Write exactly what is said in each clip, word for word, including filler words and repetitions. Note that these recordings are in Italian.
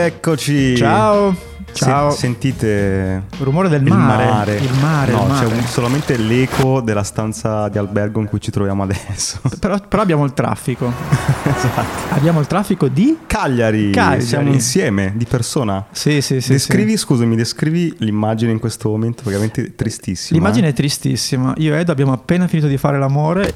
Eccoci. Ciao. Ciao. Se- sentite il rumore del il mare. mare. Il mare. No, il mare. c'è un, solamente l'eco della stanza di albergo in cui ci troviamo adesso. Però, però abbiamo il traffico. Esatto. Abbiamo il traffico di Cagliari. Cagliari. Siamo insieme di persona. Sì, sì, sì. Descrivi, sì. scusami, descrivi l'immagine in questo momento, perché è veramente tristissima. L'immagine eh? è tristissima. Io e Edo abbiamo appena finito di fare l'amore.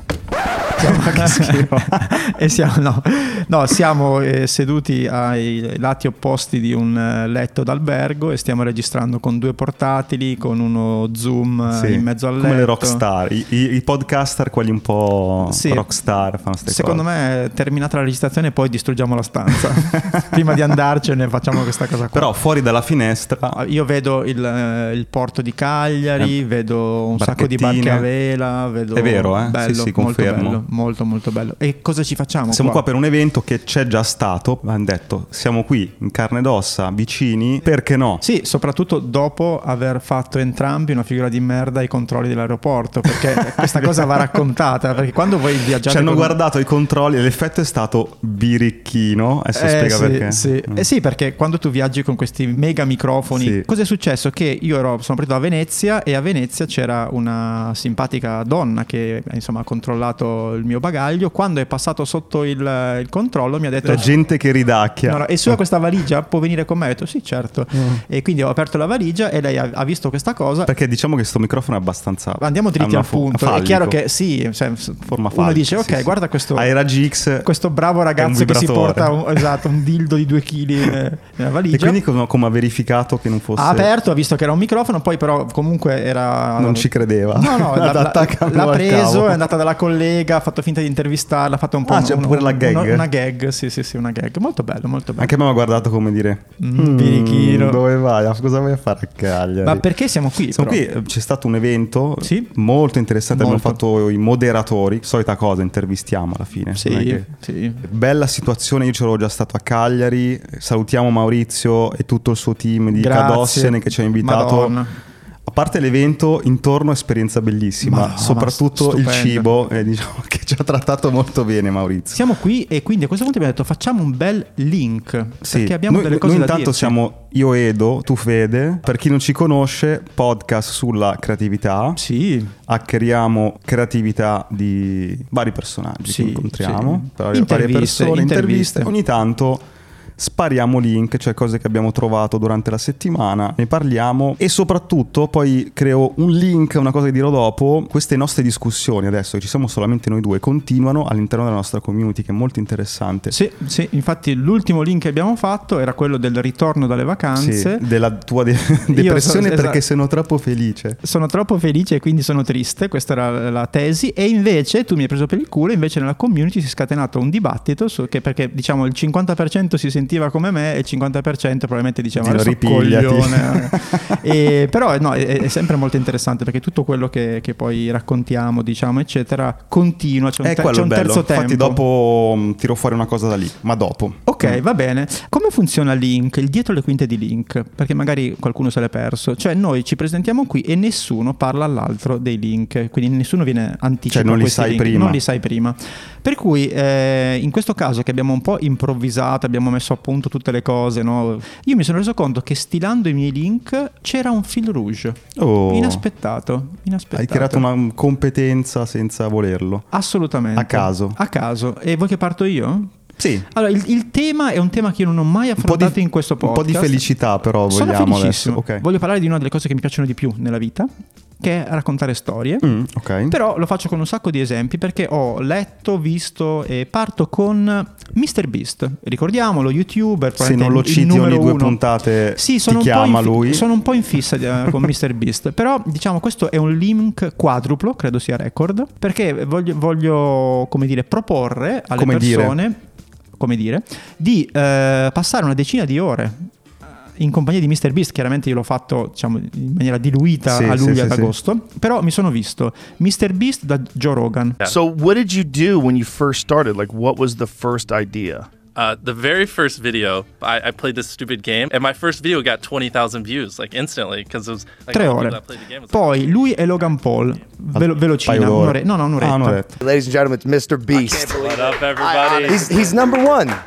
Che schifo. E siamo, no, no, siamo eh, seduti ai lati opposti di un eh, letto d'albergo e stiamo registrando con due portatili, con uno zoom Sì, in mezzo al letto. come le rockstar, I, i, i podcaster, quelli un po' Sì. rockstar fanno ste Secondo cose. me, terminata la registrazione, poi distruggiamo la stanza. Prima di andarcene facciamo questa cosa qua. Però fuori dalla finestra Io vedo il, eh, il porto di Cagliari, Eh, vedo un sacco di barchettine. barche a vela, vedo È vero, eh? bello, Sì, sì, molto confermo. bello, molto molto bello. E cosa ci facciamo? siamo qua per un evento che c'è già stato. Hanno detto siamo qui in carne ed ossa, vicini, perché no? Sì, soprattutto dopo aver fatto entrambi una figura di merda ai controlli dell'aeroporto, perché questa cosa va raccontata, perché quando voi viaggiate Ci hanno con... guardato i controlli e l'effetto è stato birichino. Adesso Eh, spiega sì, perché. sì. Mm. Eh sì, perché quando tu viaggi con questi mega microfoni, Sì. cosa è successo? Che io ero, sono partito a Venezia e a Venezia c'era una simpatica donna che insomma ha controllato il mio bagaglio. Quando è passato sotto il, il controllo mi ha detto La gente che ridacchia. no, no, e su questa valigia può venire con me? Ho detto sì, certo. Mm. E quindi ho aperto la valigia e lei ha, ha visto questa cosa. Perché diciamo che sto microfono è abbastanza... Andiamo dritti ha una al fo- punto. È fallico. chiaro che sì, cioè, Forma uno fallica, dice ok, sì, sì. guarda questo, Ai raggi X questo bravo è un ragazzo che si vibratore. porta un, esatto, un dildo di due chili nella valigia. E quindi come, come ha verificato che non fosse... Ha aperto, ha visto che era un microfono, poi però comunque era... Non ci credeva. No, no, l'ha, l'ha, Attaccarlo l'ha al preso, cavo. è andata dalla collega, ha fatto finta di intervistarla, ha fatto un po' Ah, un- c'è un- pure la gag? Una, una gag, sì, sì, sì, una gag. Molto bello, molto bello. Anche a me mi ha guardato come dire Mm, birichino. dove vai? Cosa vai a fare a Cagliari? Ma perché siamo qui? Siamo però? qui, c'è stato un evento Sì. molto interessante, Molto. abbiamo fatto i moderatori, solita cosa, intervistiamo alla fine. Non è Sì, che- sì. Bella situazione, io c'ero già stato a Cagliari, salutiamo Maurizio e tutto il suo team di Grazie. Cadossiane che ci ha invitato. Madonna. A parte l'evento, intorno esperienza bellissima, Ma- soprattutto ma il stupenda. cibo, eh, diciamo che ci ha trattato molto bene Maurizio. Siamo qui e quindi a questo punto abbiamo detto facciamo un bel link, Sì, perché abbiamo noi, delle cose noi da intanto dirci. siamo io Edo, tu Fede. Per chi non ci conosce, podcast sulla creatività. Sì. Hackeriamo creatività di vari personaggi Sì, che incontriamo, sì. per varie Interviste, persone, interviste. interviste. Ogni tanto spariamo link, cioè cose che abbiamo trovato durante la settimana, ne parliamo e soprattutto poi creo un link, una cosa che dirò dopo. Queste nostre discussioni adesso, che ci siamo solamente noi due, continuano all'interno della nostra community, che è molto interessante. Sì, sì, infatti l'ultimo link che abbiamo fatto era quello del ritorno dalle vacanze. Sì, della tua de- depressione sono- perché esatto. sono troppo felice. Sono troppo felice e quindi sono triste, questa era la tesi, e invece tu mi hai preso per il culo, invece nella community si è scatenato un dibattito su che, perché diciamo il cinquanta per cento si sentiva come me e il cinquanta per cento probabilmente diceva Dillo, "Adesso ripigliati." coglione". E, però no, è, è sempre molto interessante perché tutto quello che, che poi raccontiamo, diciamo eccetera, continua, c'è un, È te- quello c'è un bello. terzo tempo. Infatti dopo mh, tiro fuori una cosa da lì, ma dopo. Ok, va bene. Come funziona Link? Il dietro le quinte di Link? Perché magari qualcuno se l'è perso. Cioè noi ci presentiamo qui e nessuno parla all'altro dei link, quindi nessuno viene anticipato. Cioè non li sai prima. Non li sai prima. Per cui eh, in questo caso che abbiamo un po' improvvisato, abbiamo messo a punto tutte le cose, no? Io mi sono reso conto che stilando i miei link c'era un fil rouge. Oh. Inaspettato, inaspettato. Hai creato una competenza senza volerlo. Assolutamente. A caso. A caso. E vuoi che parto io? Sì. Allora, il, il tema è un tema che io non ho mai Un po' affrontato di, in questo un podcast. po' di felicità però Sono vogliamo felicissimo. adesso. Ok. Voglio parlare di una delle cose che mi piacciono di più nella vita, che è raccontare storie. Mm, ok. Però lo faccio con un sacco di esempi perché ho letto, visto e parto con MrBeast. Ricordiamolo, youtuber. Se non lo il citi numero ogni due uno. puntate Sì, ti sono un po' chiama in fi- lui. Sono un po' in fissa eh, con MrBeast. Però diciamo questo è un link quadruplo, credo sia record, perché voglio, voglio come dire, proporre alle Come dire? persone come dire, di eh, passare una decina di ore in compagnia di MrBeast. Chiaramente io l'ho fatto, diciamo, in maniera diluita Sì, a luglio sì, e ad sì, agosto, però mi sono visto MrBeast da Joe Rogan. So, what did you do when you first started? Like, what was the first idea? Uh, the very first video, I, I played this stupid game, and my first video got twenty thousand views, like instantly, because it was like Tre all the ore. people that played the game was like, Poi lui e Logan Paul, Velo- velocina, Paio d'ore. un'ore- no, no, un'oretta. Ah, un'oretta. Ladies and gentlemen, it's MrBeast. what up, everybody? He's he's number one.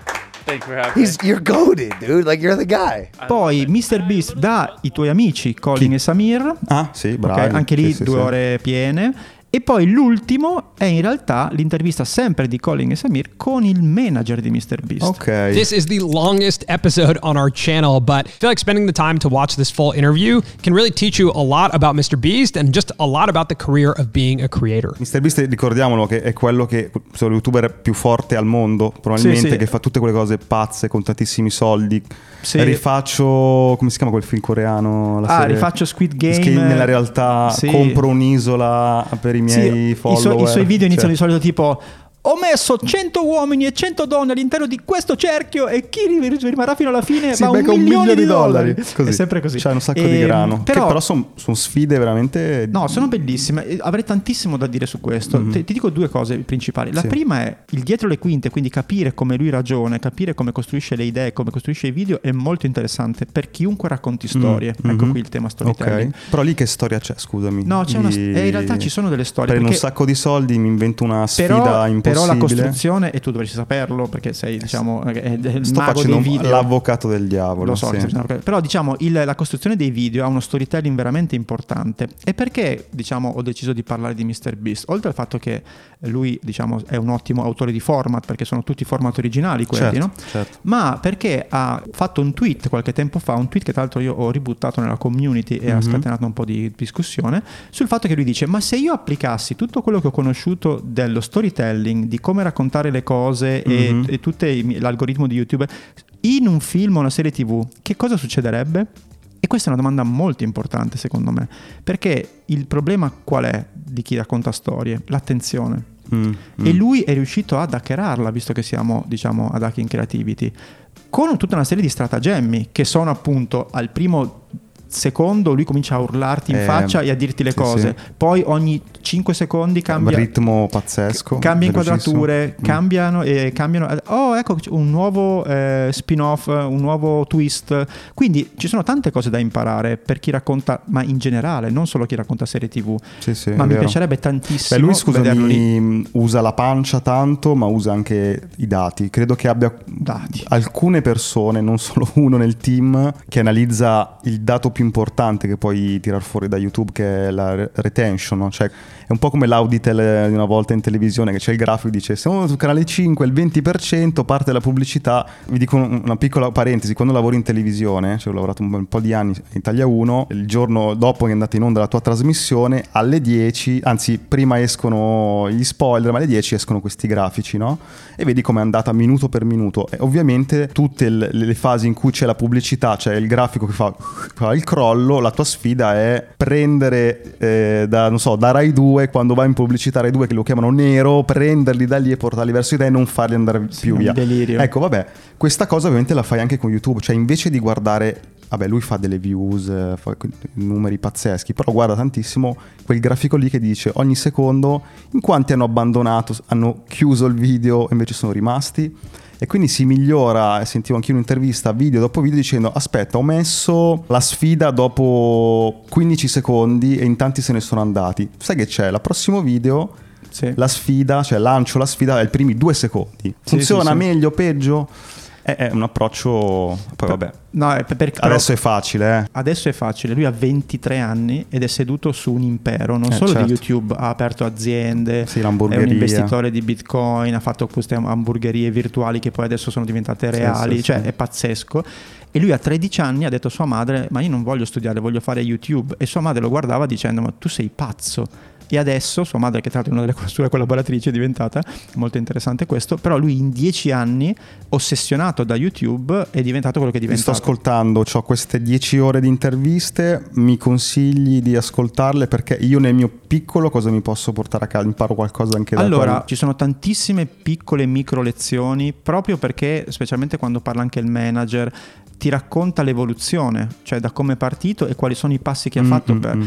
Thanks for having He's you're goated, dude. Like you're the guy. Poi MrBeast da i tuoi amici Colin e Samir. Ah, sì, bravi. Ok, anche lì Sì, sì, due sì. ore piene. E poi l'ultimo è in realtà l'intervista sempre di Colin e Samir con il manager di MrBeast. Ok. This is the longest episode on our channel, but I feel like spending the time to watch this full interview can really teach you a lot about MrBeast and just a lot about the career of being a creator. MrBeast, ricordiamolo che è quello che sono il youtuber più forte al mondo, probabilmente, Sì, sì. che fa tutte quelle cose pazze con tantissimi soldi. Sì. Rifaccio, come si chiama quel film coreano? La Ah, serie? rifaccio Squid Game. Che nella realtà Sì. compro un'isola per i miei Sì, i, follower. suoi, i suoi video iniziano Cioè, di solito tipo: ho messo cento uomini e cento donne all'interno di questo cerchio e chi ri- rimarrà fino alla fine si va un becca un milione milione di dollari. Così. È sempre così. C'è un sacco E, di grano. Però, Che però sono son sfide veramente. no, sono bellissime. E avrei tantissimo da dire su questo. Mhm. Te- ti dico due cose principali. La Sì. prima è il dietro le quinte, quindi capire come lui ragiona, capire come costruisce le idee, come costruisce i video è molto interessante per chiunque racconti storie. Mm, Ecco mhm. qui il tema storytelling. Ok. Però lì che storia c'è, scusami? No, c'è una, Di- eh, in realtà ci sono delle storie. Prendo un perché- sacco di soldi, mi invento una sfida però, impossibile. però la costruzione, e tu dovresti saperlo perché sei, diciamo, è- è il Sto mago facendo dei video. l'avvocato del diavolo. Lo so, sì. che stai facendo- però diciamo il- la costruzione dei video ha uno storytelling veramente importante. E perché diciamo ho deciso di parlare di MrBeast? Oltre al fatto che lui diciamo è un ottimo autore di format, perché sono tutti format originali quelli, Certo, no? certo. Ma perché ha fatto un tweet qualche tempo fa, un tweet che tra l'altro io ho ributtato nella community e ha Mhm. scatenato un po' di discussione, sul fatto che lui dice: ma se io applicassi tutto quello che ho conosciuto dello storytelling, di come raccontare le cose e, Mhm. e tutto l'algoritmo di YouTube in un film o una serie tv, che cosa succederebbe? E questa è una domanda molto importante secondo me, perché il problema qual è di chi racconta storie? L'attenzione. Mm, E mm. lui è riuscito ad hackerarla, visto che siamo diciamo ad Hacking Creativity, con tutta una serie di stratagemmi che sono appunto al primo secondo lui comincia a urlarti in Eh, faccia e a dirti le sì, cose, sì. poi ogni cinque secondi cambia un ritmo pazzesco, cambia velocissimo. inquadrature, Mm. cambiano e cambiano. Oh, ecco un nuovo eh, spin-off, un nuovo twist. Quindi ci sono tante cose da imparare per chi racconta, ma in generale, non solo chi racconta serie tv. Sì, sì, ma è mi vero. piacerebbe tantissimo Beh, lui vederlo lì. scusami usa la pancia tanto, ma usa anche i dati. Credo che abbia Dati. alcune persone, non solo uno nel team, che analizza il dato più importante che puoi tirar fuori da YouTube, che è la re- retention, no? Cioè è un po' come l'Auditel di una volta in televisione, che c'è il grafico e dice: siamo sul canale cinque, il venti per cento parte la pubblicità. Vi dico un- una piccola parentesi: quando lavori in televisione, cioè ho lavorato un, un po' di anni in Italia uno, il giorno dopo che è andata in onda la tua trasmissione, alle dieci, anzi prima escono gli spoiler, ma alle dieci escono questi grafici, no? E vedi com'è andata minuto per minuto. E ovviamente tutte le, le fasi in cui c'è la pubblicità, c'è il grafico che fa, fa il crollo, la tua sfida è prendere eh, da, non so, da Rai due, quando vai in pubblicità Rai due che lo chiamano nero, prenderli da lì e portarli verso di te e non farli andare più un via. delirio. Ecco, vabbè, questa cosa ovviamente la fai anche con YouTube, cioè invece di guardare, vabbè, lui fa delle views, eh, fa numeri pazzeschi, però guarda tantissimo quel grafico lì che dice ogni secondo in quanti hanno abbandonato, hanno chiuso il video e invece sono rimasti. E quindi si migliora. Sentivo anche un'intervista video dopo video dicendo: aspetta, ho messo la sfida dopo quindici secondi e in tanti se ne sono andati. Sai che c'è? La prossimo video, Sì. la sfida, cioè lancio la sfida ai primi due secondi. Funziona sì, sì. meglio, peggio? È, è un approccio. Poi vabbè, No, è per- per- però- adesso è facile, eh. Adesso è facile, lui ha ventitré anni ed è seduto su un impero, non Eh, solo certo. di YouTube, ha aperto aziende, Sì, è l'hamburgeria. un investitore di Bitcoin, ha fatto queste hamburgerie virtuali che poi adesso sono diventate Sì, reali, sì, cioè sì. è pazzesco. E lui a tredici anni ha detto a sua madre: ma io non voglio studiare, voglio fare YouTube. E sua madre lo guardava dicendo: ma tu sei pazzo. E adesso sua madre, che tra l'altro è una delle sue collaboratrici, è diventata, molto interessante questo, però lui in dieci anni, ossessionato da YouTube, è diventato quello che è Ti sto diventato. ascoltando, ho queste dieci ore di interviste, mi consigli di ascoltarle perché io nel mio piccolo cosa mi posso portare a casa? Imparo qualcosa anche da Allora, quello. ci sono tantissime piccole micro lezioni, proprio perché, specialmente quando parla anche il manager, ti racconta l'evoluzione, cioè da come è partito e quali sono i passi che ha Mm, fatto mm, per... mm.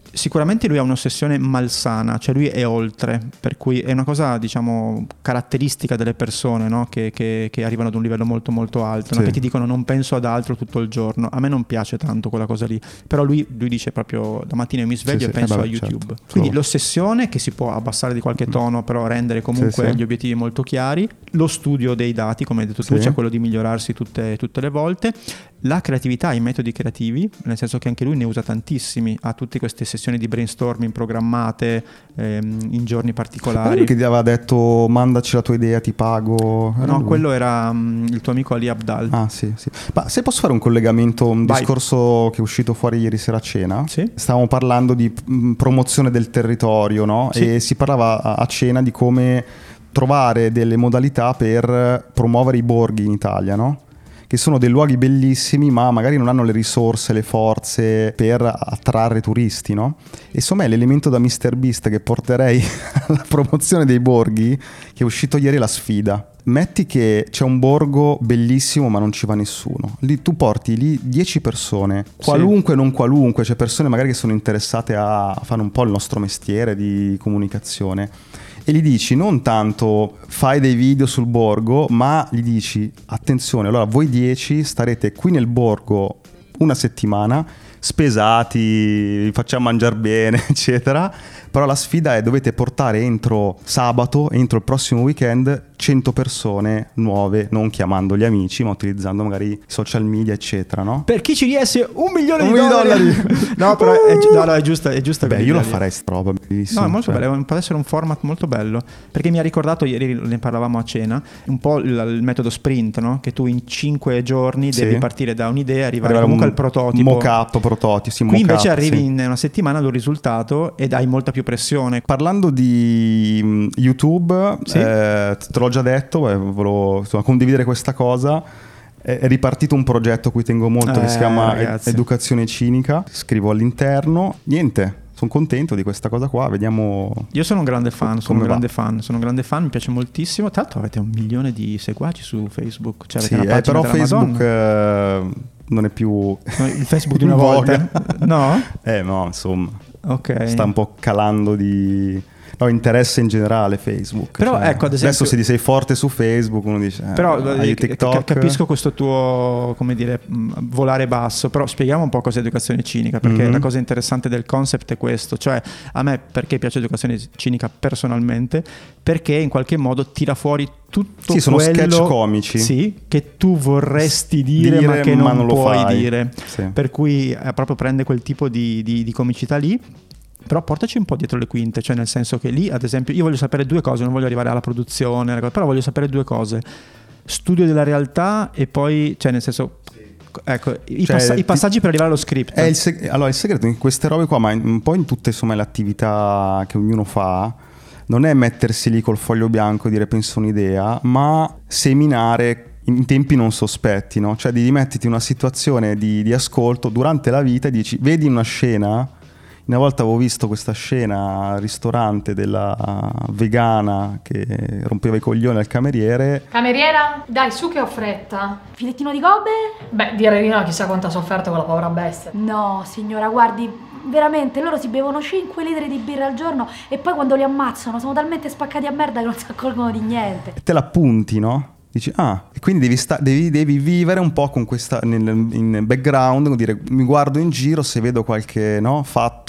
Sicuramente lui ha un'ossessione malsana, cioè lui è oltre, per cui è una cosa, diciamo, caratteristica delle persone, no? che, che, che arrivano ad un livello molto molto alto, sì. no? Che ti dicono non penso ad altro tutto il giorno. A me non piace tanto quella cosa lì, però lui, lui dice proprio la mattina io mi sveglio sì, e sì. penso eh beh, a YouTube. certo. Quindi So. l'ossessione, che si può abbassare di qualche tono, però rendere comunque Sì, sì. gli obiettivi molto chiari, lo studio dei dati, come hai detto tu, Sì. cioè quello di migliorarsi tutte, tutte le volte, la creatività, i metodi creativi, nel senso che anche lui ne usa tantissimi, ha tutte queste sessioni di brainstorming programmate ehm, in giorni particolari. Che ti aveva detto mandaci la tua idea, ti pago. Era No, lui? quello era um, il tuo amico Ali Abdal. Ah sì, sì. Ma se posso fare un collegamento, un Vai. discorso che è uscito fuori ieri sera a cena. Sì. Stavamo parlando di mh, promozione del territorio, no? Sì. E si parlava a, a cena di come trovare delle modalità per promuovere i borghi in Italia, no? Che sono dei luoghi bellissimi ma magari non hanno le risorse, le forze per attrarre turisti, no? E insomma è l'elemento da MrBeast che porterei alla promozione dei borghi, che è uscito ieri la sfida. Metti che c'è un borgo bellissimo ma non ci va nessuno, lì tu porti lì dieci persone, qualunque non qualunque, cioè persone magari che sono interessate a fare un po' il nostro mestiere di comunicazione, e gli dici non tanto fai dei video sul borgo, ma gli dici attenzione, allora voi dieci starete qui nel borgo una settimana, spesati, vi facciamo mangiare bene, eccetera, però la sfida è dovete portare entro sabato, entro il prossimo weekend, cento persone nuove, non chiamando gli amici, ma utilizzando magari social media, eccetera, no? Per chi ci riesce un milione Un di milione dollari. di dollari. No, però è, gi- no, no, è giusta, è giusta. Beh, quella io lo idea lì. farei sta roba, bellissimo. No, è molto cioè. bello, può essere un format molto bello, perché mi ha ricordato, ieri ne parlavamo a cena, un po' il, il metodo sprint, no? Che tu in cinque giorni Sì. devi partire da un'idea, arrivare Arrivare comunque un al prototipo. Mock-up, prototipo, sì, Qui mock-up, invece arrivi sì. in una settimana ad un risultato ed hai molta più pressione. Parlando di mh, YouTube, Sì. eh, te l'ho già detto, beh, volevo insomma, condividere questa cosa. È, è ripartito un progetto a cui tengo molto, che Eh, si chiama ragazzi. Educazione Cinica. Scrivo all'interno. Niente, sono contento di questa cosa qua. Vediamo. Io sono un grande fan, sono come un grande va. fan, sono un grande fan, mi piace moltissimo. Tra l'altro avete un milione di seguaci su Facebook, cioè avete Sì, una eh, pagina però della Facebook Madonna. eh, non è più No, il Facebook di una in volta. voga. No? Eh no, insomma, Ok. sta un po' calando di... No, interesse in generale Facebook. Però, cioè, ecco, ad esempio- adesso se ti sei forte su Facebook uno dice eh, Però hai eh, TikTok. ca- capisco questo tuo, come dire, mh, volare basso, però spieghiamo un po' cos'è educazione cinica, perché Mhm. la cosa interessante del concept è questo, cioè a me perché piace educazione cinica personalmente, perché in qualche modo tira fuori tutto Sì, sono quello sketch comici. sì, che tu vorresti dire, Dire, ma che ma non, non lo puoi fai. dire, Sì. per cui eh, proprio prende quel tipo di, di, di comicità lì. Però portaci un po' dietro le quinte, cioè nel senso che lì, ad esempio, io voglio sapere due cose, non voglio arrivare alla produzione, alla cosa, però voglio sapere due cose. Studio della realtà e poi, cioè nel senso, ecco, i, Cioè, passa- i ti- passaggi per arrivare allo script. È il seg- allora, il segreto in queste robe qua, ma un po' in tutte insomma, le attività che ognuno fa, non è mettersi lì col foglio bianco e dire penso un'idea, ma seminare in tempi non sospetti, no? Cioè di metterti in una situazione di, di ascolto durante la vita e dici, vedi una scena. Una volta avevo visto questa scena al ristorante della vegana che rompeva i coglioni al cameriere. Cameriera, dai, su che ho fretta. Filettino di Kobe? Beh, direi di no, chissà quanto ha sofferto quella povera bestia. No, signora, guardi, veramente, loro si bevono cinque litri di birra al giorno e poi quando li ammazzano sono talmente spaccati a merda che non si accorgono di niente. E te la punti, no? Dici, ah, e quindi devi, sta- devi, devi vivere un po' con questa nel, in background, dire, mi guardo in giro, se vedo qualche no,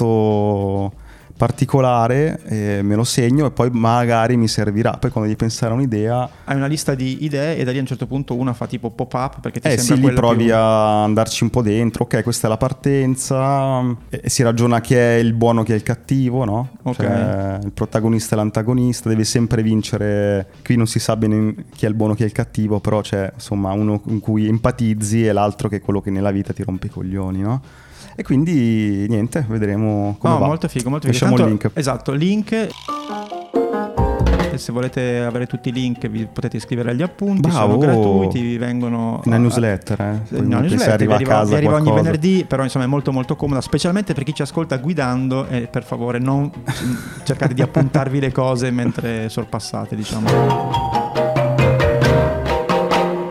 fatto particolare eh, me lo segno e poi magari mi servirà. Poi quando devi pensare a un'idea, Hai una lista di idee e da lì a un certo punto una fa tipo pop-up perché ti eh sembra sì, lì quella provi più... a andarci un po' dentro. Ok, questa è la partenza e, e si ragiona chi è il buono, chi è il cattivo, no? Ok. Cioè, il protagonista e l'antagonista, deve sempre vincere. Qui non si sa bene chi è il buono, chi è il cattivo, però c'è insomma uno con cui empatizzi e l'altro che è quello che nella vita ti rompe i coglioni, no? E quindi niente, vedremo come No, va. molto figo, molto figo. Lasciamo il Tanto- link. Esatto, link. E se volete avere tutti i link vi potete iscrivere agli appunti, Bravo. sono gratuiti, vi vengono... Una newsletter, eh. Poi No, non ti newsletter, arriva vi a arriva, casa vi arriva ogni qualcosa. venerdì, però insomma è molto molto comoda, specialmente per chi ci ascolta guidando e per favore non cercate di appuntarvi le cose mentre sorpassate, diciamo. Ho letto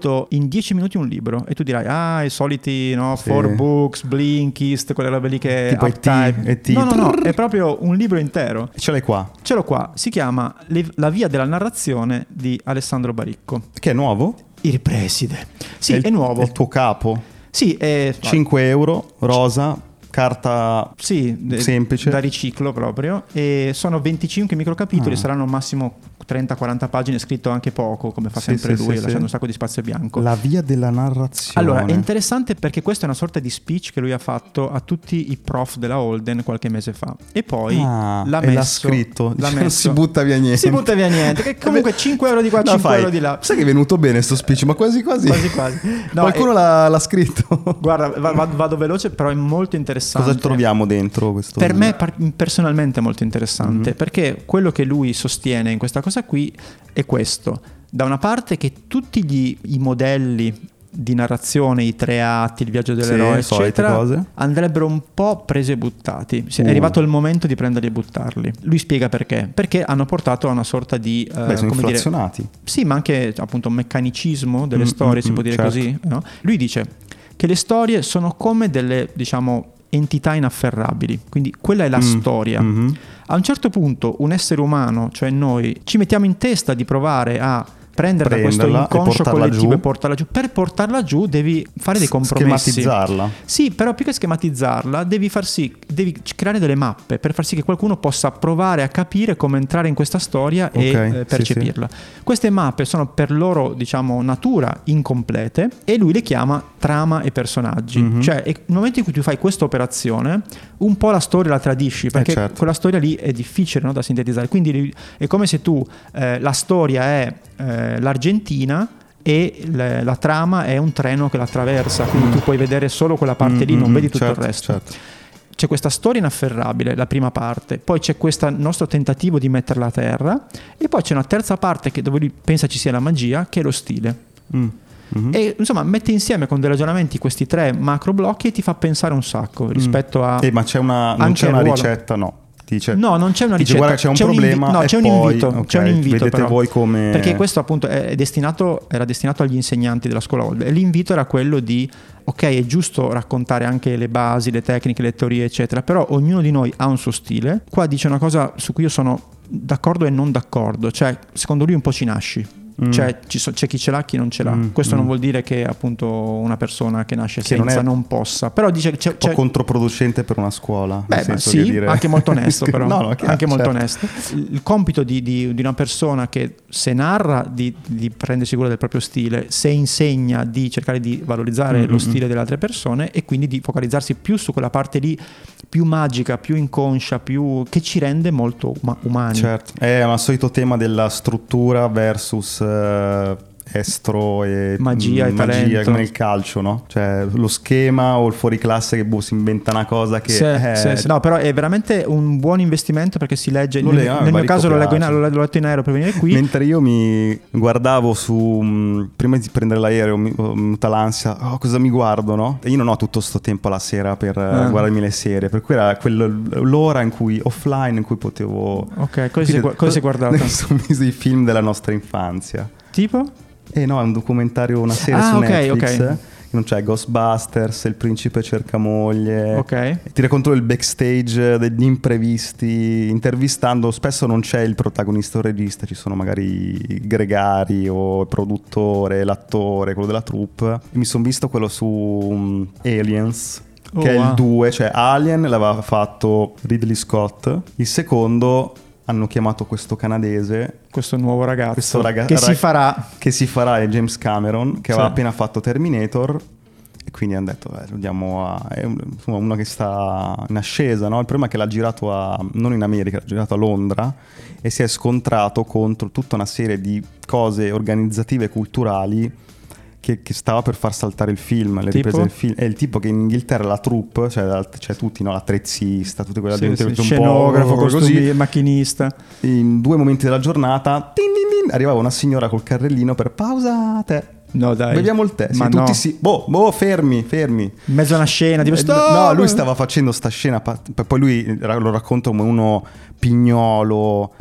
racconto in dieci minuti un libro e tu dirai ah i soliti no Sì. four books, Blinkist, quelle robe lì che Tipo Uptime. E T. no no no è proprio un libro intero. Ce l'hai qua. Ce l'ho qua, si chiama Le- La via della narrazione di Alessandro Baricco. Che è nuovo? Il preside. Sì, è, il, nuovo. È il tuo capo. Sì, è cinque euro, rosa, carta sì, de- semplice. da riciclo proprio. E sono venticinque microcapitoli, Ah. saranno massimo trenta quaranta pagine, scritto anche poco, come fa Sì, sempre sì, lui, sì, lasciando sì. un sacco di spazio bianco. La via della narrazione. Allora, è interessante perché questa è una sorta di speech che lui ha fatto a tutti i prof della Holden qualche mese fa. E poi Ah, l'ha e messo... l'ha scritto. l'ha Cioè, non messo- si butta via niente. Si butta via niente. Che comunque cinque euro di qua, No, cinque fai. euro di là. Sai che è venuto bene sto speech, ma quasi quasi. Quasi quasi. No, Qualcuno è- l'ha, l'ha scritto. Guarda, va- va- vado veloce, però è molto interessante. Cosa troviamo dentro questo? Per me par- personalmente è molto interessante, Mhm. perché quello che lui sostiene in questa cosa qui è questo. Da una parte che tutti gli, i modelli di narrazione, i tre atti, il viaggio dell'eroe, Sì, solite eccetera, cose. andrebbero un po' presi e buttati. Sì, Uh. È arrivato il momento di prenderli e buttarli. Lui spiega perché. Perché hanno portato a una sorta di... eh, Beh, sono come dire, inflazionati. sì, ma anche appunto un meccanicismo delle Mm, storie, mm, si può mm, dire certo. così. No? Lui dice che le storie sono come delle, diciamo, entità inafferrabili. Quindi quella è la Mm, storia. mhm. A un certo punto un essere umano, cioè noi, ci mettiamo in testa di provare a prendere da questo Prenderla e inconscio portarla collettivo giù. e portarla giù. Per portarla giù devi fare dei compromessi. Schematizzarla. Sì, però più che schematizzarla devi far sì, devi creare delle mappe per far sì che qualcuno possa provare a capire come entrare in questa storia e Ok, eh, sì, percepirla. Queste mappe sono per loro, diciamo, natura incomplete e lui le chiama trama e personaggi. Mhm. Cioè, e nel momento in cui tu fai questa operazione, un po' la storia la tradisci, perché certo. quella storia lì è difficile, no, da sintetizzare. Quindi è come se tu eh, la storia è eh, l'Argentina e le- la trama è un treno che la attraversa, quindi Mm. tu puoi vedere solo quella parte Mm, lì, non mm, vedi tutto certo, il resto. certo. C'è questa storia inafferrabile, la prima parte, poi c'è questo nostro tentativo di metterla a terra e poi c'è una terza parte che dove lui pensa ci sia la magia, che è lo stile. Mm, mhm. E insomma mette insieme con dei ragionamenti questi tre macro blocchi e ti fa pensare un sacco rispetto a... Eh, ma c'è una, non anche c'è una il ruolo. ricetta, no. Ti dice, No, non c'è una ti dice, ricetta. guarda, c'è un un problema. invi- no, e c'è un poi, invito. ok, c'è un invito. vedete però. voi come. Perché questo appunto è destinato, era destinato agli insegnanti della scuola Holden. E l'invito era quello di, ok, è giusto raccontare anche le basi, le tecniche, le teorie, eccetera, però ognuno di noi ha un suo stile. Qua dice una cosa su cui io sono d'accordo e non d'accordo. Cioè, secondo lui un po' ci nasci. Mm. Cioè ci so- c'è chi ce l'ha, chi non ce l'ha. Mm, Questo mm. non vuol dire che appunto una persona che nasce Che non senza è- non, possa. Però dice che c'è, un po' c'è- controproducente per una scuola. Beh, nel ma senso sì, che dire- anche molto onesto però, No, no, chiaro, anche molto certo. onesto. Il il compito di, di- di una persona che se narra di, di prendersi cura del proprio stile, se insegna di cercare di valorizzare Mm-mm. lo stile delle altre persone e quindi di focalizzarsi più su quella parte lì più magica, più inconscia, più che ci rende molto uma- umani. Certo, è un solito tema della struttura versus eh, estro e Magia e mm, talento. come nel calcio, no? Cioè lo schema o il fuoriclasse che boh, si inventa una cosa che Sì, è... sì, sì. No, però è veramente un buon investimento perché si legge. Lo nel leggo, ah, nel mio Baricco caso lo leggo in, piace. l'ho l'ho letto in aereo per venire qui. Mentre io mi guardavo su mh, prima di prendere l'aereo mi ho avuta l'ansia, oh, cosa mi guardo, no? E io non ho tutto sto tempo la sera per eh, Ah. guardarmi le serie, per cui era quello- l'ora in cui offline in cui potevo Ok, cosa si, cosa si è guardato? Sono i film della nostra infanzia. Tipo? Eh no, è un documentario, una serie Ah, su ok, Netflix. ok. Non c'è Ghostbusters, Il principe cerca moglie. Ok. E ti racconto il backstage degli imprevisti, intervistando, spesso non c'è il protagonista o il regista, ci sono magari i gregari o il produttore, l'attore, quello della troupe. E mi sono visto quello su um, Aliens, Oh, che è wow. il due, cioè Alien l'aveva fatto Ridley Scott, il secondo hanno chiamato questo canadese, Questo nuovo ragazzo questo raga- che si rag- farà. che si farà è James Cameron, che aveva Sì. appena fatto Terminator, e quindi hanno detto eh, lo diamo a è un- insomma, uno che sta in ascesa, no? Il problema è che l'ha girato a non in America, l'ha girato a Londra e si è scontrato contro tutta una serie di cose organizzative e culturali che, che stava per far saltare il film, le Tipo? riprese del film. È il tipo che in Inghilterra la troupe, cioè, la- cioè tutti, no? L'attrezzista, tutte quelle Sì, gente sì, un po' scenografo, così. costumi, macchinista. In due momenti della giornata tin, tin, tin, arrivava una signora col carrellino per pausa te. No, dai. Beviamo il tè. Sì, Ma tutti no. sì. Boh, boh, fermi, fermi. In mezzo a una scena, tipo Eh, stop! No, lui stava facendo sta scena. pa- Poi lui ra- lo racconta come uno pignolo, romp-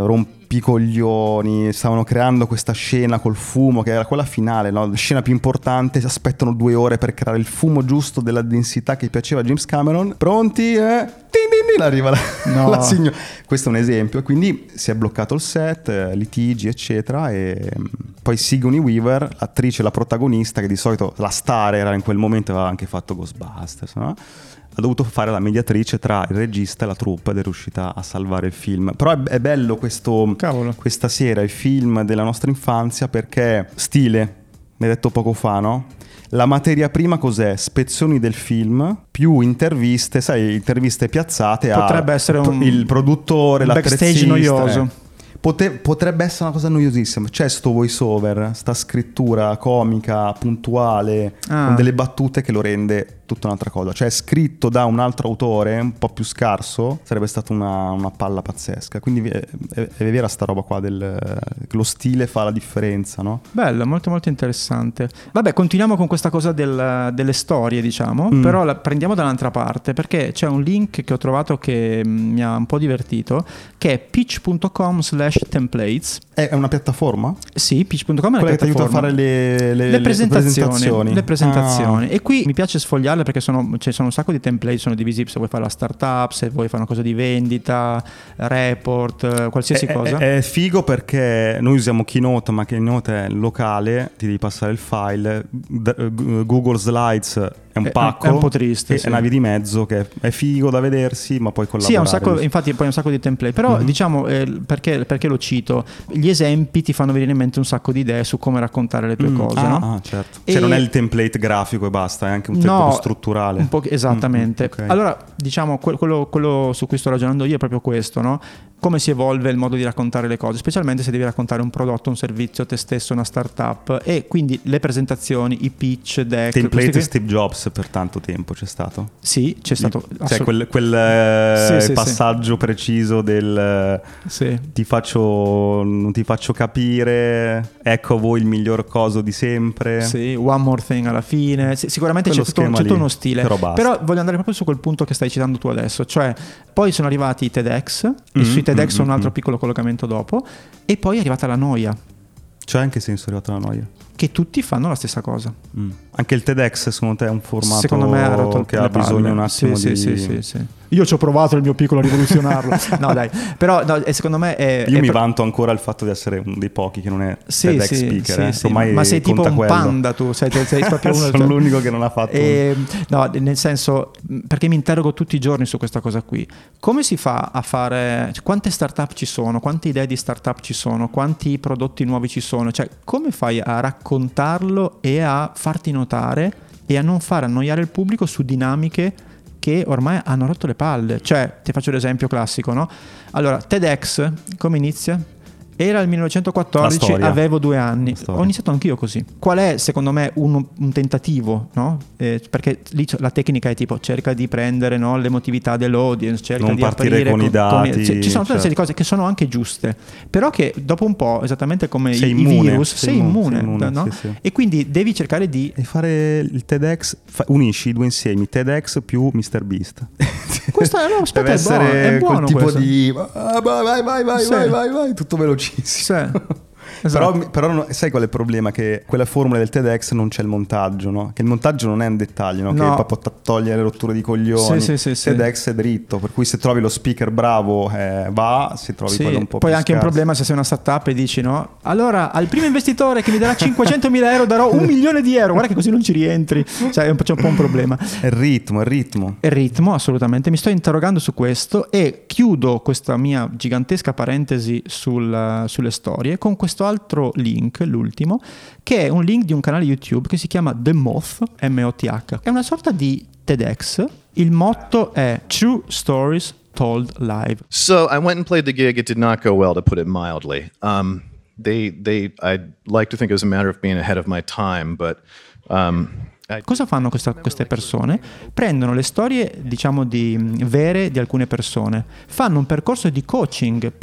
rompicoglioni, stavano creando questa scena col fumo che era quella finale, no? La scena più importante, si aspettano due ore per creare il fumo giusto della densità che piaceva a James Cameron. Pronti? Eh? Tin din din, arriva la, No. la signora. Questo è un esempio. Quindi si è bloccato il set, eh, litigi eccetera, e mm, poi Sigourney Weaver, l'attrice, la protagonista, che di solito la star era in quel momento, aveva anche fatto Ghostbusters, no? Ha dovuto fare la mediatrice tra il regista e la troupe ed è riuscita a salvare il film. Però è, è bello questo, Cavolo. questa sera, il film della nostra infanzia, perché stile, mi hai detto poco fa, no? La materia prima cos'è? Spezzoni del film più interviste, sai, interviste piazzate Potrebbe a essere un- il produttore, un backstage l'attrezzista, noioso. eh. Pote- potrebbe essere una cosa noiosissima. C'è sto voice over, sta scrittura comica, puntuale, Ah. con delle battute che lo rende tutta un'altra cosa. Cioè scritto da un altro autore un po' più scarso sarebbe stata una, una palla pazzesca. Quindi è, è, è vera sta roba qua del, che lo stile fa la differenza, no? Bello, molto molto interessante. Vabbè, continuiamo con questa cosa del- delle storie, diciamo, Mm. però la prendiamo dall'altra parte, perché c'è un link che ho trovato che mm, mi ha un po' divertito, che è pitch punto com slash templates. È è una piattaforma? Sì, pitch punto com è una Quella che ti aiuta a piattaforma. fare le, le- le le presentazioni, presentazioni. le presentazioni. Ah. E qui mi piace sfogliarle perché sono, ci sono un sacco di template, sono divisi se vuoi fare la startup, se vuoi fare una cosa di vendita, report, eh, qualsiasi È, cosa. è- è figo perché noi usiamo Keynote, ma Keynote è locale, ti devi passare il file. D- Google Slides è un È- pacco, è un po' triste, e sì. è una via di mezzo che è figo da vedersi, ma poi Sì, ha collaborare. un sacco, infatti poi un sacco di template, però Mhm. diciamo eh, perché, perché lo cito, gli esempi ti fanno venire in mente un sacco di idee su come raccontare le tue Mm, cose, ah, no? ah, certo. E- Cioè non è il template grafico e basta, è anche un template No, strutturale. un po' esattamente. Mm, ok. Allora, diciamo, que- quello, quello su cui sto ragionando io è proprio questo, no? Come si evolve il modo di raccontare le cose, specialmente se devi raccontare un prodotto, un servizio, te stesso, una startup, e quindi le presentazioni, i pitch, deck. Template questi qui- Steve Jobs per tanto tempo c'è stato. Sì, c'è stato. Cioè assolut- quel, quel, eh, Sì, sì, sì. passaggio preciso del eh, Sì. ti faccio non ti faccio capire, ecco a voi il miglior coso di sempre. Sì, one more thing alla fine. Sì, sicuramente c'è Quello tutto, schema c'è tutto lì, uno stile. però basta. voglio andare proprio su quel punto che stai citando tu adesso. Cioè, poi sono arrivati i TEDx, e Mm, sui TEDx mm, un altro mm. piccolo collegamento dopo, e poi è arrivata la noia, Cioè anche senso è arrivata la noia. che tutti fanno la stessa cosa. Mm. Anche il TEDx secondo te è un formato Secondo me ha rotto che le ha palle. bisogno un attimo sì, di sì, sì, sì, sì. Io ci ho provato il mio piccolo a rivoluzionarlo. No, dai. Però no, e secondo me è, Io è mi pro- vanto ancora il fatto di essere uno dei pochi che non è Sì, TEDx sì, speaker, sì, eh. sì, Ormai ma sei tipo conta un quello. panda tu, sei, sei, sei proprio uno. Sono l'unico che non ha fatto. E, no, nel senso, perché mi interrogo tutti i giorni su questa cosa qui. Come si fa a fare, cioè, quante startup ci sono, quante idee di startup ci sono, quanti prodotti nuovi ci sono, cioè come fai a raccontarlo e a farti notare e a non far annoiare il pubblico su dinamiche che ormai hanno rotto le palle. Cioè, ti faccio l'esempio classico, no? Allora, TEDx come inizia? Era il La millenovecentoquattordici, storia. avevo due anni. La storia. Ho iniziato anch'io così. Qual è, secondo me, un, un tentativo, no? Eh, perché lì la tecnica è tipo cerca di prendere, no, l'emotività dell'audience, cerca Non di partire aprire con i dati, ci, ci sono tutta una serie certo. di cose che sono anche giuste, però che dopo un po', esattamente come Sei i, immune, i virus, sei sei immu- immune, sei immune, no? sì, sì. E quindi devi cercare di E fare il TEDx, fa- unisci i due insiemi, TEDx più MrBeast. Questo è, no, aspetta, Deve è buono, essere è buono quel tipo questo. di ah, vai vai vai vai Sì. vai vai vai tutto velocissimo. Sì. Esatto. Però, però no- sai qual è il problema? Che quella formula del TEDx non c'è il montaggio, no? Che il montaggio non è un dettaglio, no? No. Che proprio t- toglie le rotture di coglioni. Sì, sì, sì, sì. TEDx è dritto, per cui se trovi lo speaker bravo eh, va, se trovi Sì, quello un po' poi più anche un scarso. problema se sei una startup e dici no, allora al primo investitore che mi darà cinquecentomila euro darò un milione di euro, guarda che così non ci rientri, cioè è un po', c'è un po' un problema. È il ritmo, è il ritmo. Il ritmo, assolutamente, mi sto interrogando su questo e chiudo questa mia gigantesca parentesi sul- sulle storie con questo altro link, l'ultimo, che è un link di un canale YouTube che si chiama The Moth, M O T H. È una sorta di TEDx, il motto è True Stories Told Live. So I went and played the gig. It did not go well, to put it mildly. Um, they, they, I'd like to think it was a matter of being ahead of my time, but um, I, Cosa fanno questa- queste persone? Prendono le storie, diciamo, di, vere di alcune persone, fanno un percorso di coaching per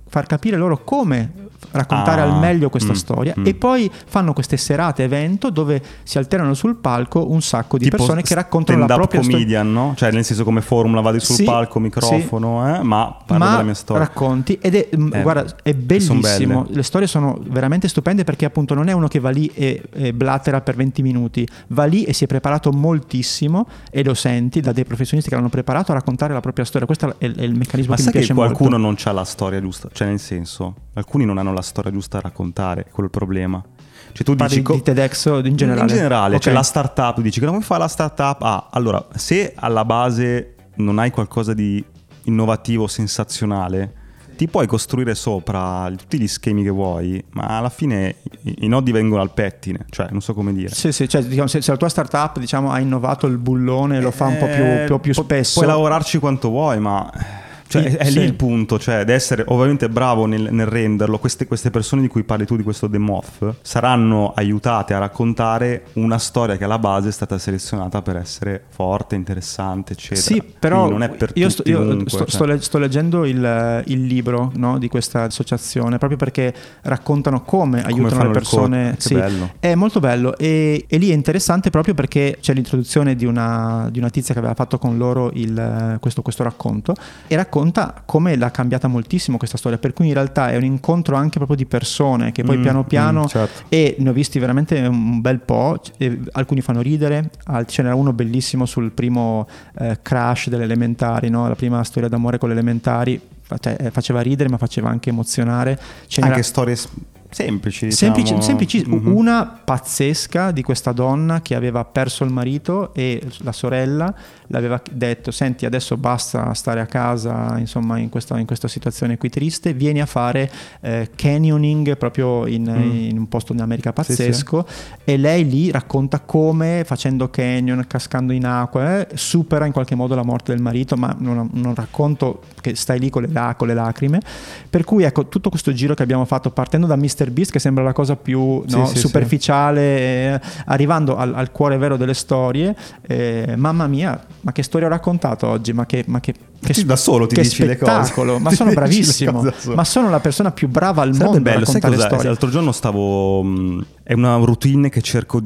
far capire loro come raccontare Ah, al meglio questa mm, storia mm. e poi fanno queste serate evento dove si alternano sul palco un sacco di Tipo persone che raccontano la stand-up propria storia. comedian, no? Cioè nel senso come formula, vadi sul Sì, palco, microfono, eh, ma parlo ma della mia storia. racconti ed è, mh, Eh, guarda, è son bellissimo. belle. Le storie sono veramente stupende perché appunto non è uno che va lì e, e blattera per venti minuti, va lì e si è preparato moltissimo e lo senti da dei professionisti che l'hanno preparato a raccontare la propria storia. Questo è, è il meccanismo Ma che sai mi piace che qualcuno molto. non c'ha la storia giusta? Cioè nel senso, alcuni non hanno la storia giusta da raccontare, è quello il problema. Cioè tu Parli dici co- di TEDx o in generale? In generale, Ok. cioè la startup, dici che come fa la startup? Ah, allora, se alla base non hai qualcosa di innovativo, sensazionale, ti puoi costruire sopra tutti gli schemi che vuoi, ma alla fine i, i nodi vengono al pettine, cioè non so come dire. Sì, sì, cioè, diciamo, se, se la tua startup diciamo, ha innovato il bullone, lo fa un po' più, Eh, più, più pu- spesso. Puoi lavorarci quanto vuoi, ma cioè, Sì, è, è sì. lì il punto, cioè ad essere ovviamente bravo nel, nel renderlo. Queste, queste persone di cui parli tu, di questo The Moth, saranno aiutate a raccontare una storia che alla base è stata selezionata per essere forte, interessante, eccetera. Sì, però Quindi non è per io, tutti sto, io comunque, sto, cioè. sto le- sto leggendo il, il libro, no, di questa associazione proprio perché raccontano come, aiutano fanno le il coach, persone. che Sì, bello. è molto bello e, e lì è interessante proprio perché c'è l'introduzione di una, di una tizia che aveva fatto con loro il, questo, questo racconto e racconta come l'ha cambiata moltissimo questa storia, per cui in realtà è un incontro anche proprio di persone che poi Mm, piano piano mm, certo. e ne ho visti veramente un bel po', e alcuni fanno ridere, altri, ce n'era uno bellissimo sul primo eh, crash delle elementari, no? La prima storia d'amore con le elementari, cioè, eh, faceva ridere ma faceva anche emozionare. Ce n'era- Anche storie s- semplici, diciamo. Semplici, semplici- Mhm. una pazzesca di questa donna che aveva perso il marito e la sorella l'aveva detto: senti, adesso basta stare a casa, insomma, in questa, in questa situazione qui triste, vieni a fare eh, canyoning proprio in, Mm. in un posto in America Sì, pazzesco. E lei lì racconta come facendo canyon, cascando in acqua, eh, supera in qualche modo la morte del marito, ma non, non racconto che stai lì con le, la- con le lacrime. Per cui ecco, tutto questo giro che abbiamo fatto partendo da mister Beast, che sembra la cosa più Sì, no, sì, superficiale, eh, arrivando al, al cuore vero delle storie. Eh, mamma mia, ma che storia ho raccontato oggi, ma che, ma che, che Sì, da solo ti che dici le cose. spettacolo, ma Ti sono dici le bravissimo, cose da solo. ma sono la persona più brava al Sarebbe mondo a bello, sai raccontare cosa? storie. L'altro giorno stavo mh, è una routine che cerco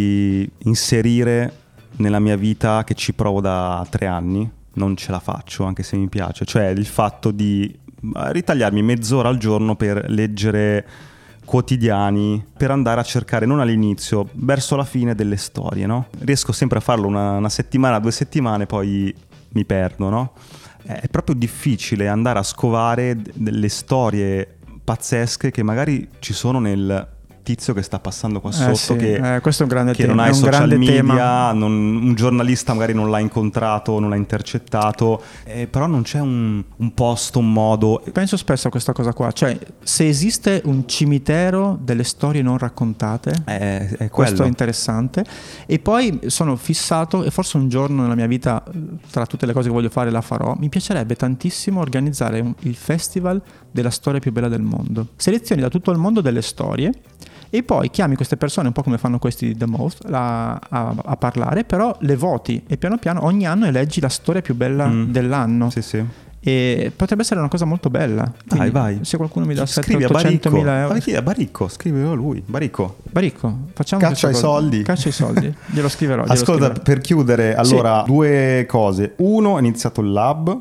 di inserire nella mia vita, che ci provo da tre anni, non ce la faccio anche se mi piace, cioè il fatto di ritagliarmi mezz'ora al giorno per leggere quotidiani, per andare a cercare non all'inizio, verso la fine delle storie, no? Riesco sempre a farlo una, una settimana, due settimane, poi mi perdo, no? È proprio difficile andare a scovare d- delle storie pazzesche che magari ci sono nel tizio che sta passando qua Eh sotto, sì, che, eh, questo è un grande che tema, non ha è i un social grande media, tema. non- un giornalista magari non l'ha incontrato, non l'ha intercettato, eh, però non c'è un, un posto, un modo. Penso spesso a questa cosa qua, cioè se esiste un cimitero delle storie non raccontate, È, è questo quello. è interessante. E poi sono fissato, e forse un giorno nella mia vita, tra tutte le cose che voglio fare la farò, mi piacerebbe tantissimo organizzare un- il festival della storia più bella del mondo. Selezioni da tutto il mondo delle storie e poi chiami queste persone, un po' come fanno questi The Most, la- a, a parlare, però le voti e piano piano ogni anno eleggi la storia più bella Mm. dell'anno. Sì, sì. E potrebbe essere una cosa molto bella. Vai, Quindi, vai. se qualcuno mi dà Scrivi a Baricco. settecentomila euro. Ma chi è Baricco? Scrivilo a lui. Baricco. Baricco, facciamo Caccia questa i cosa. soldi. Caccia i soldi. Glielo scriverò. glielo Ascolta, scriverò. per chiudere, allora, due cose. Uno, è iniziato il lab.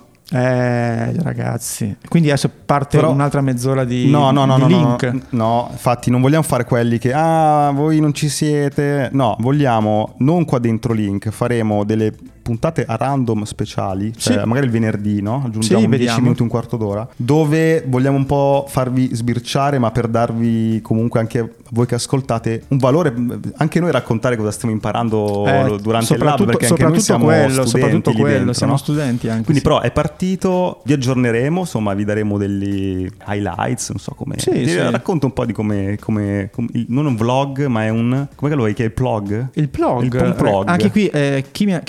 Eh, ragazzi. Quindi adesso parte Però- un'altra mezz'ora di, No, no, no, di no, no, link. no, no, infatti non vogliamo fare quelli che ah, voi non ci siete. No, vogliamo non qua dentro link, faremo delle puntate a random speciali, cioè Sì. magari il venerdì, no? Aggiungiamo Sì, dieci vediamo. minuti, un quarto d'ora, dove vogliamo un po' farvi sbirciare, ma per darvi comunque anche voi che ascoltate un valore, anche noi raccontare cosa stiamo imparando Eh, durante il lab, soprattutto- perché anche noi soprattutto siamo quello, studenti soprattutto lì quello, dentro, siamo no? studenti anche, Quindi sì. però è partito, vi aggiorneremo, insomma vi daremo degli highlights, non so come. Sì, Ti sì. racconto un po' di come, come, come- il- non un vlog, ma è un, come che lo vuoi, che è il plug? Il blog, Il, un plug. anche qui eh, chi, mi- chi ci ascolta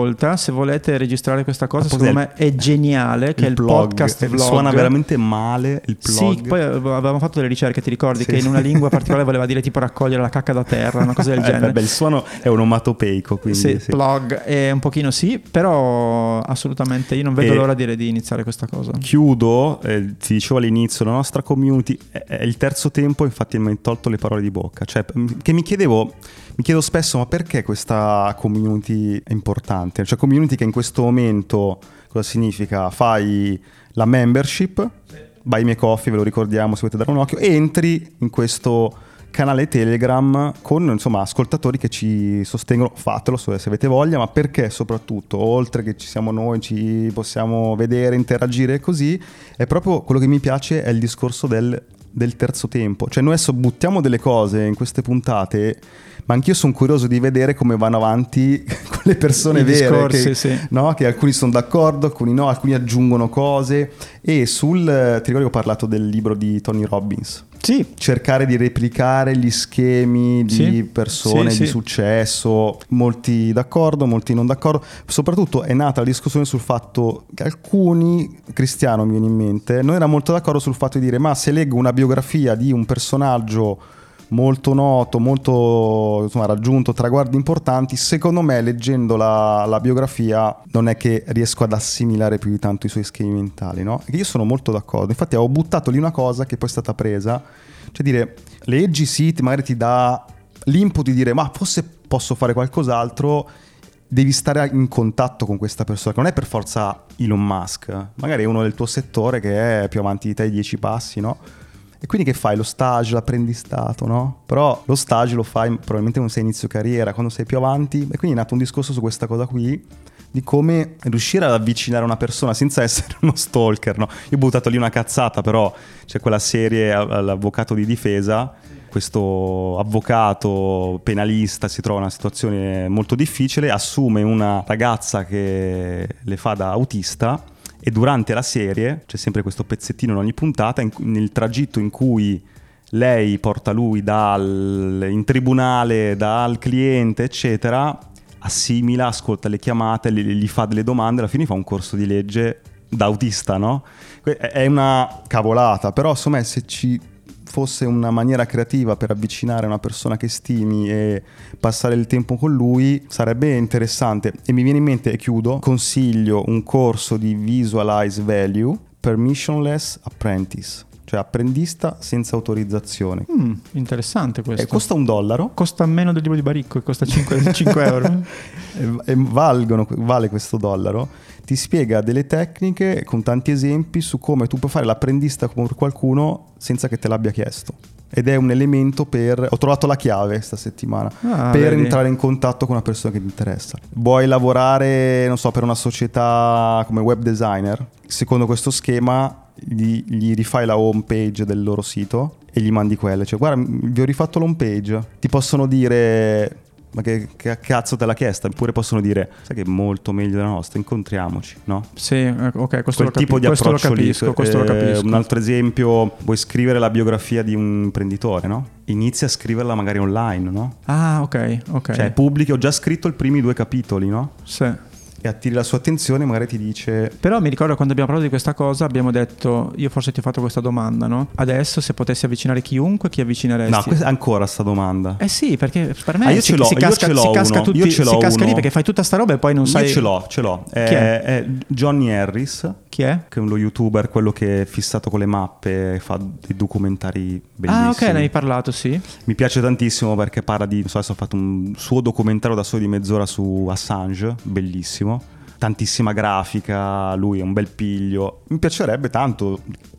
ascolta, se volete registrare questa cosa, Ma secondo cos'è me è geniale, che è il blog, podcast vlog. Suona veramente male il blog. Sì, poi avevamo fatto delle ricerche, ti ricordi, Sì. che in una lingua particolare voleva dire tipo raccogliere la cacca da terra, una cosa del Eh, genere. beh, il suono è onomatopeico, quindi Sì, sì. blog è un pochino sì, però assolutamente io non vedo E l'ora di, di iniziare questa cosa. Chiudo, eh, ti dicevo all'inizio, la nostra community è, è il terzo tempo, infatti mi hai tolto le parole di bocca, cioè che mi chiedevo, mi chiedo spesso, ma perché questa community è importante? Cioè community che in questo momento cosa significa? Fai la membership, Buy Me Coffee, ve lo ricordiamo se volete dare un occhio, e entri in questo canale Telegram con insomma ascoltatori che ci sostengono, fatelo se avete voglia, ma perché soprattutto, oltre che ci siamo noi, ci possiamo vedere, interagire così, è proprio quello che mi piace è il discorso del, del terzo tempo, cioè noi adesso buttiamo delle cose in queste puntate, ma anch'io sono curioso di vedere come vanno avanti quelle persone I vere, discorsi, che, sì. no? Che alcuni sono d'accordo, alcuni no, alcuni aggiungono cose. E sul, ti ricordo che ho parlato del libro di Tony Robbins, Sì, cercare di replicare gli schemi di Sì, persone sì, di sì. successo, molti d'accordo, molti non d'accordo. Soprattutto è nata la discussione sul fatto che alcuni, Cristiano mi viene in mente, non era molto d'accordo sul fatto di dire ma se leggo una biografia di un personaggio molto noto, molto insomma, raggiunto traguardi importanti, secondo me leggendo la, la biografia non è che riesco ad assimilare più di tanto i suoi schemi mentali, no? E io sono molto d'accordo, infatti ho buttato lì una cosa che poi è stata presa, cioè dire leggi sì, ti- magari ti dà l'input di dire ma forse posso fare qualcos'altro, devi stare in contatto con questa persona, che non è per forza Elon Musk, magari è uno del tuo settore che è più avanti di te i dieci passi, no? E quindi che fai? Lo stage, l'apprendistato, no? Però lo stage lo fai probabilmente quando sei inizio carriera, quando sei più avanti. E quindi è nato un discorso su questa cosa qui, di come riuscire ad avvicinare una persona senza essere uno stalker, no? Io ho buttato lì una cazzata, però c'è quella serie L'avvocato di difesa. Questo avvocato penalista si trova in una situazione molto difficile, assume una ragazza che le fa da autista. E durante la serie c'è sempre questo pezzettino in ogni puntata, in, nel tragitto in cui lei porta lui dal, in tribunale, dal cliente, eccetera, assimila, ascolta le chiamate, gli, gli fa delle domande, alla fine fa un corso di legge da autista, no? È una cavolata, però insomma se ci fosse una maniera creativa per avvicinare una persona che stimi e passare il tempo con lui sarebbe interessante. E mi viene in mente, e chiudo, consiglio un corso di Visualize Value, Permissionless Apprentice, cioè apprendista senza autorizzazione. Mm, interessante questo. E costa un dollaro. Costa meno del libro di Baricco, che costa cinque euro. E, e valgono, vale questo dollaro. Ti spiega delle tecniche con tanti esempi su come tu puoi fare l'apprendista con qualcuno senza che te l'abbia chiesto. Ed è un elemento per... Ho trovato la chiave sta settimana Ah, per vedi. entrare in contatto con una persona che ti interessa. Vuoi lavorare, non so, per una società come web designer? Secondo questo schema gli, gli rifai la home page del loro sito e gli mandi quelle. Cioè, guarda, vi ho rifatto l'home page. Ti possono dire... Ma che, che cazzo te l'ha chiesta? Oppure possono dire, sai che è molto meglio della nostra, incontriamoci, no? Sì, eh, ok, questo, Quel lo, capi- tipo di questo lo approccio capisco, lì. questo lo Eh, capisco. Un altro esempio, vuoi scrivere la biografia di un imprenditore, no? Inizia a scriverla magari online, no? Ah, ok, ok. Cioè pubblichi, ho già scritto i primi due capitoli, no? Sì. E attiri la sua attenzione, magari ti dice... Però mi ricordo quando abbiamo parlato di questa cosa abbiamo detto, io forse ti ho fatto questa domanda, no? Adesso se potessi avvicinare chiunque, chi avvicineresti? No, questa è ancora sta domanda. Eh sì, perché per me Ah, io si, ce l'ho, si io casca, ce l'ho si casca uno, tutti, io ce l'ho si casca lì uno. perché fai tutta sta roba e poi non sai... Io ce l'ho, ce l'ho. È, Chi è? è Johnny Harris, Chi è? che è lo youtuber, quello che è fissato con le mappe, fa dei documentari bellissimi. Ah, ok, ne hai parlato, sì. Mi piace tantissimo perché parla di, non so, adesso ho fatto un suo documentario da solo di mezz'ora su Assange, bellissimo. Tantissima grafica, lui è un bel piglio. Mi piacerebbe tanto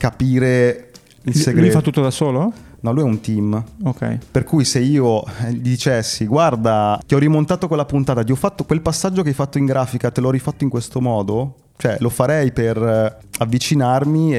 capire il segreto. Lui fa tutto da solo? No, lui è un team. Ok. Per cui se io gli dicessi, guarda, ti ho rimontato quella puntata, ti ho fatto quel passaggio che hai fatto in grafica, te l'ho rifatto in questo modo, cioè lo farei per avvicinarmi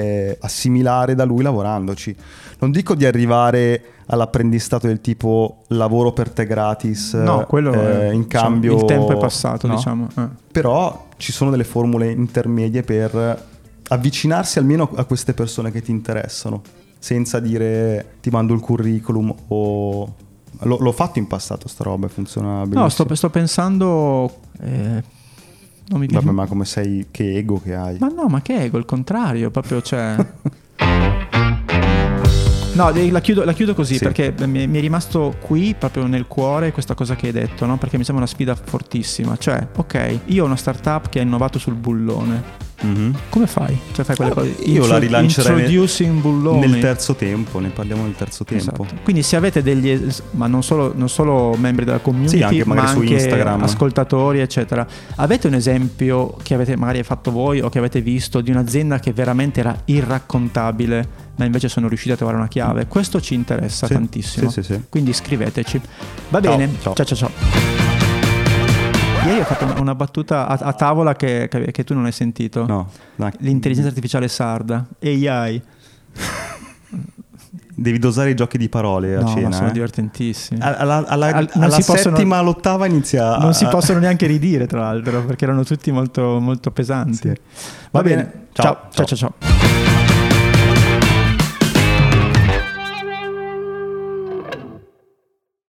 e assimilare da lui lavorandoci. Non dico di arrivare all'apprendistato del tipo lavoro per te gratis, No, quello eh, è, in cambio... diciamo, il tempo è passato, no? diciamo. Eh. Però ci sono delle formule intermedie per avvicinarsi almeno a queste persone che ti interessano, senza dire ti mando il curriculum o L- l'ho fatto in passato sta roba e funziona benissimo. No, sto, sto pensando... Eh, non mi viene... Vabbè, ma come sei, che ego che hai. Ma no, ma che ego, il contrario, proprio cioè... No, la chiudo, la chiudo così, sì, perché mi, mi è rimasto qui proprio nel cuore questa cosa che hai detto, no? Perché mi sembra una sfida fortissima. Cioè, ok, io ho una startup che ha innovato sul bullone. Mm-hmm. Come fai? Cioè fai quelle cose. Io Intro- la rilancerei introducing bulloni nel terzo tempo, ne parliamo nel terzo tempo. Esatto. Quindi se avete degli, ma non solo, non solo membri della community, sì, anche ma su anche Instagram, ascoltatori eccetera, avete un esempio che avete magari fatto voi o che avete visto di un'azienda che veramente era irraccontabile ma invece sono riusciti a trovare una chiave? Questo ci interessa sì, tantissimo, sì, sì, sì. Quindi scriveteci. Va ciao, bene, ciao ciao ciao, ciao. Ieri ho fatto una, una battuta a, a tavola che, che, che tu non hai sentito. No, no. L'intelligenza artificiale sarda, A I. Devi dosare i giochi di parole a no, cena. Ma sono eh? divertentissimi. Alla, alla, Al, alla si settima, possono, all'ottava inizia. Non a... si possono neanche ridire, tra l'altro, perché erano tutti molto, molto pesanti. Sì. Va, Va bene. bene. Ciao, ciao, ciao, ciao. ciao.